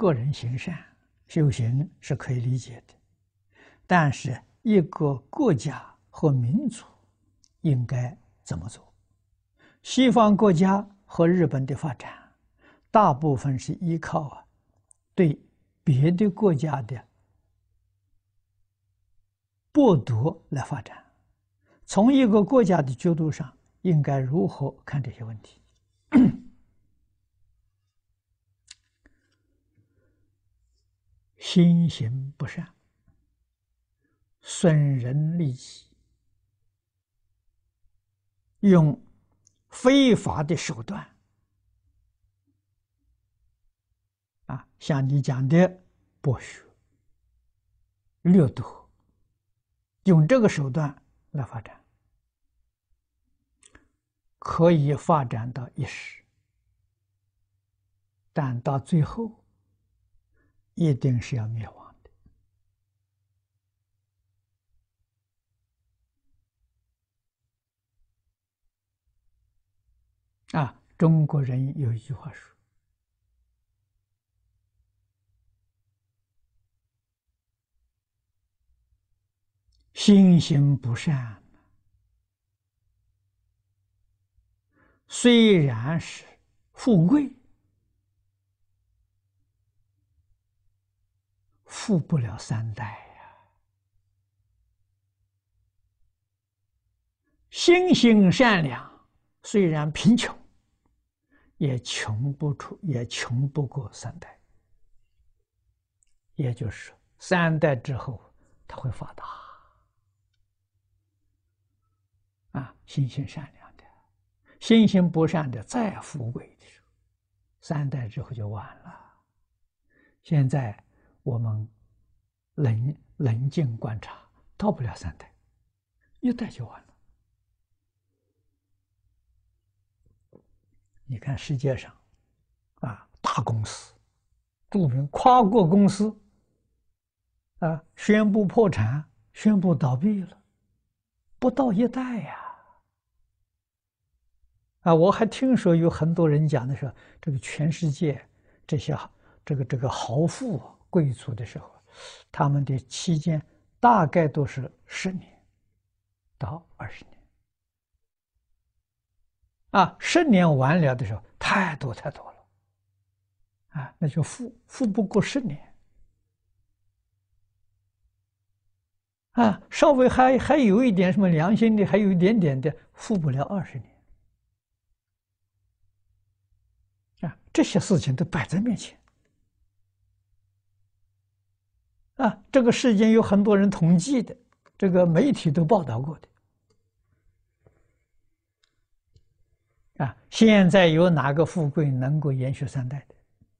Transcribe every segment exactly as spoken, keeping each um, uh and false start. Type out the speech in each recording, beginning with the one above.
个人行善修行是可以理解的，但是一个国家和民族应该怎么做？西方国家和日本的发展，大部分是依靠啊对别的国家的剥夺来发展。从一个国家的角度上，应该如何看这些问题？心行不善，损人利己，用非法的手段啊，像你讲的剥削、掠夺，用这个手段来发展，可以发展到一时，但到最后一定是要灭亡的啊！中国人有一句话说：“心行不善，虽然是富贵，富不了三代呀；心行善良，虽然贫穷，也穷不出，也穷不过三代。也就是说，三代之后，他会发达。啊，心行善良的，心行不善的，再富贵的时候，三代之后就完了。现在我们冷冷静观察，到不了三代，一代就完了。你看世界上，啊，大公司、著名跨国公司，啊，宣布破产、宣布倒闭了，不到一代呀。啊，我还听说有很多人讲的是，这个全世界这些这个这个豪富贵族的时候，他们的期间大概都是十年到二十年。啊，十年完了的时候，太多太多了，啊，那就富富不过十年，啊，稍微还还有一点什么良心的，还有一点点的，富不了二十年。啊，这些事情都摆在面前。啊，这个事件有很多人统计的，这个媒体都报道过的。啊，现在有哪个富贵能够延续三代的？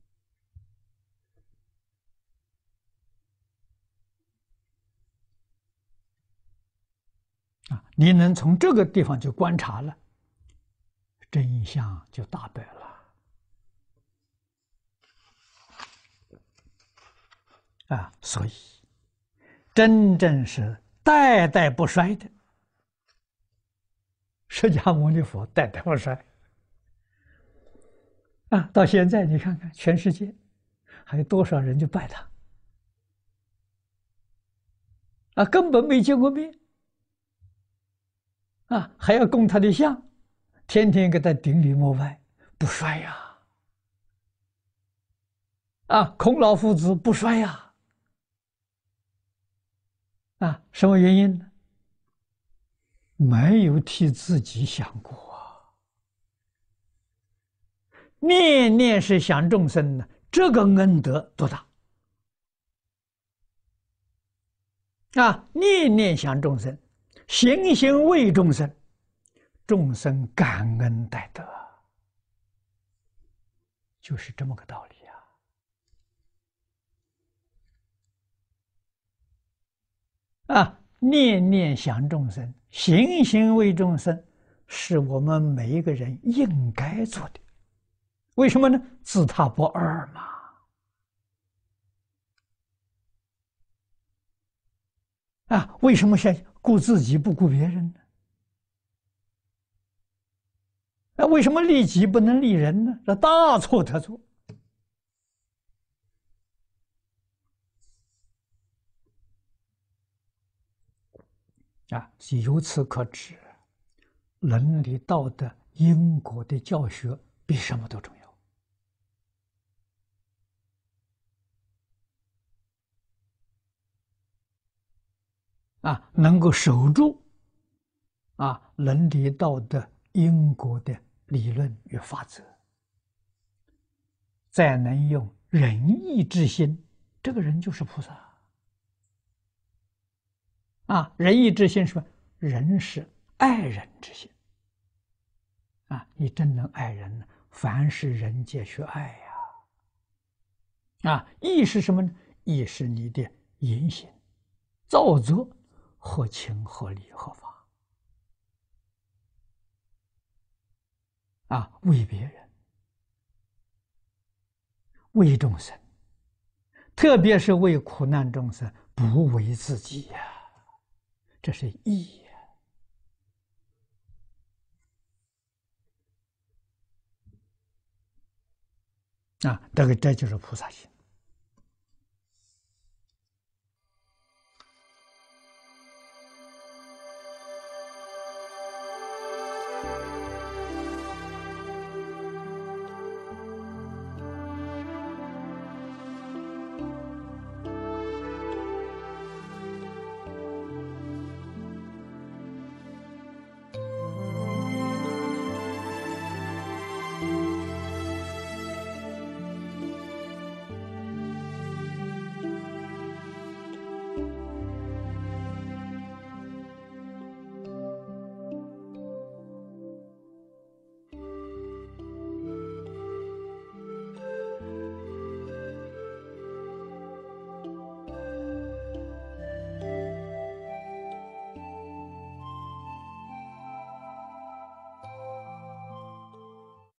啊，你能从这个地方就观察了，真相就大白了。啊，所以真正是代代不衰的，释迦牟尼佛代代不衰。啊，到现在你看看，全世界还有多少人就拜他？啊，根本没见过面。啊，还要供他的像，天天给他顶礼膜拜，不衰呀！啊，孔老夫子不衰呀！啊，什么原因呢？没有替自己想过啊，念念是想众生呢，这个恩德多大啊！念念想众生，行行为众生，众生感恩戴德，就是这么个道理啊！啊，念念想众生，行行为众生，是我们每一个人应该做的。为什么呢？自他不二嘛。啊，为什么先顾自己不顾别人呢？那为什么利己不能利人呢？这大错特错。 啊，由此可知，伦理道德因果的教学比什么都重要。啊，能够守住啊伦理道德因果的理论与法则，再能用仁义之心，这个人就是菩萨。啊，仁义之心是什么？人是爱人之心。啊，你真能爱人呢，凡是人皆去爱呀。啊，义是什么呢？义是你的言行造作合情合理合法。啊，为别人，为众生，特别是为苦难众生，不为自己呀，这是义呀。啊，这个这就是菩萨心。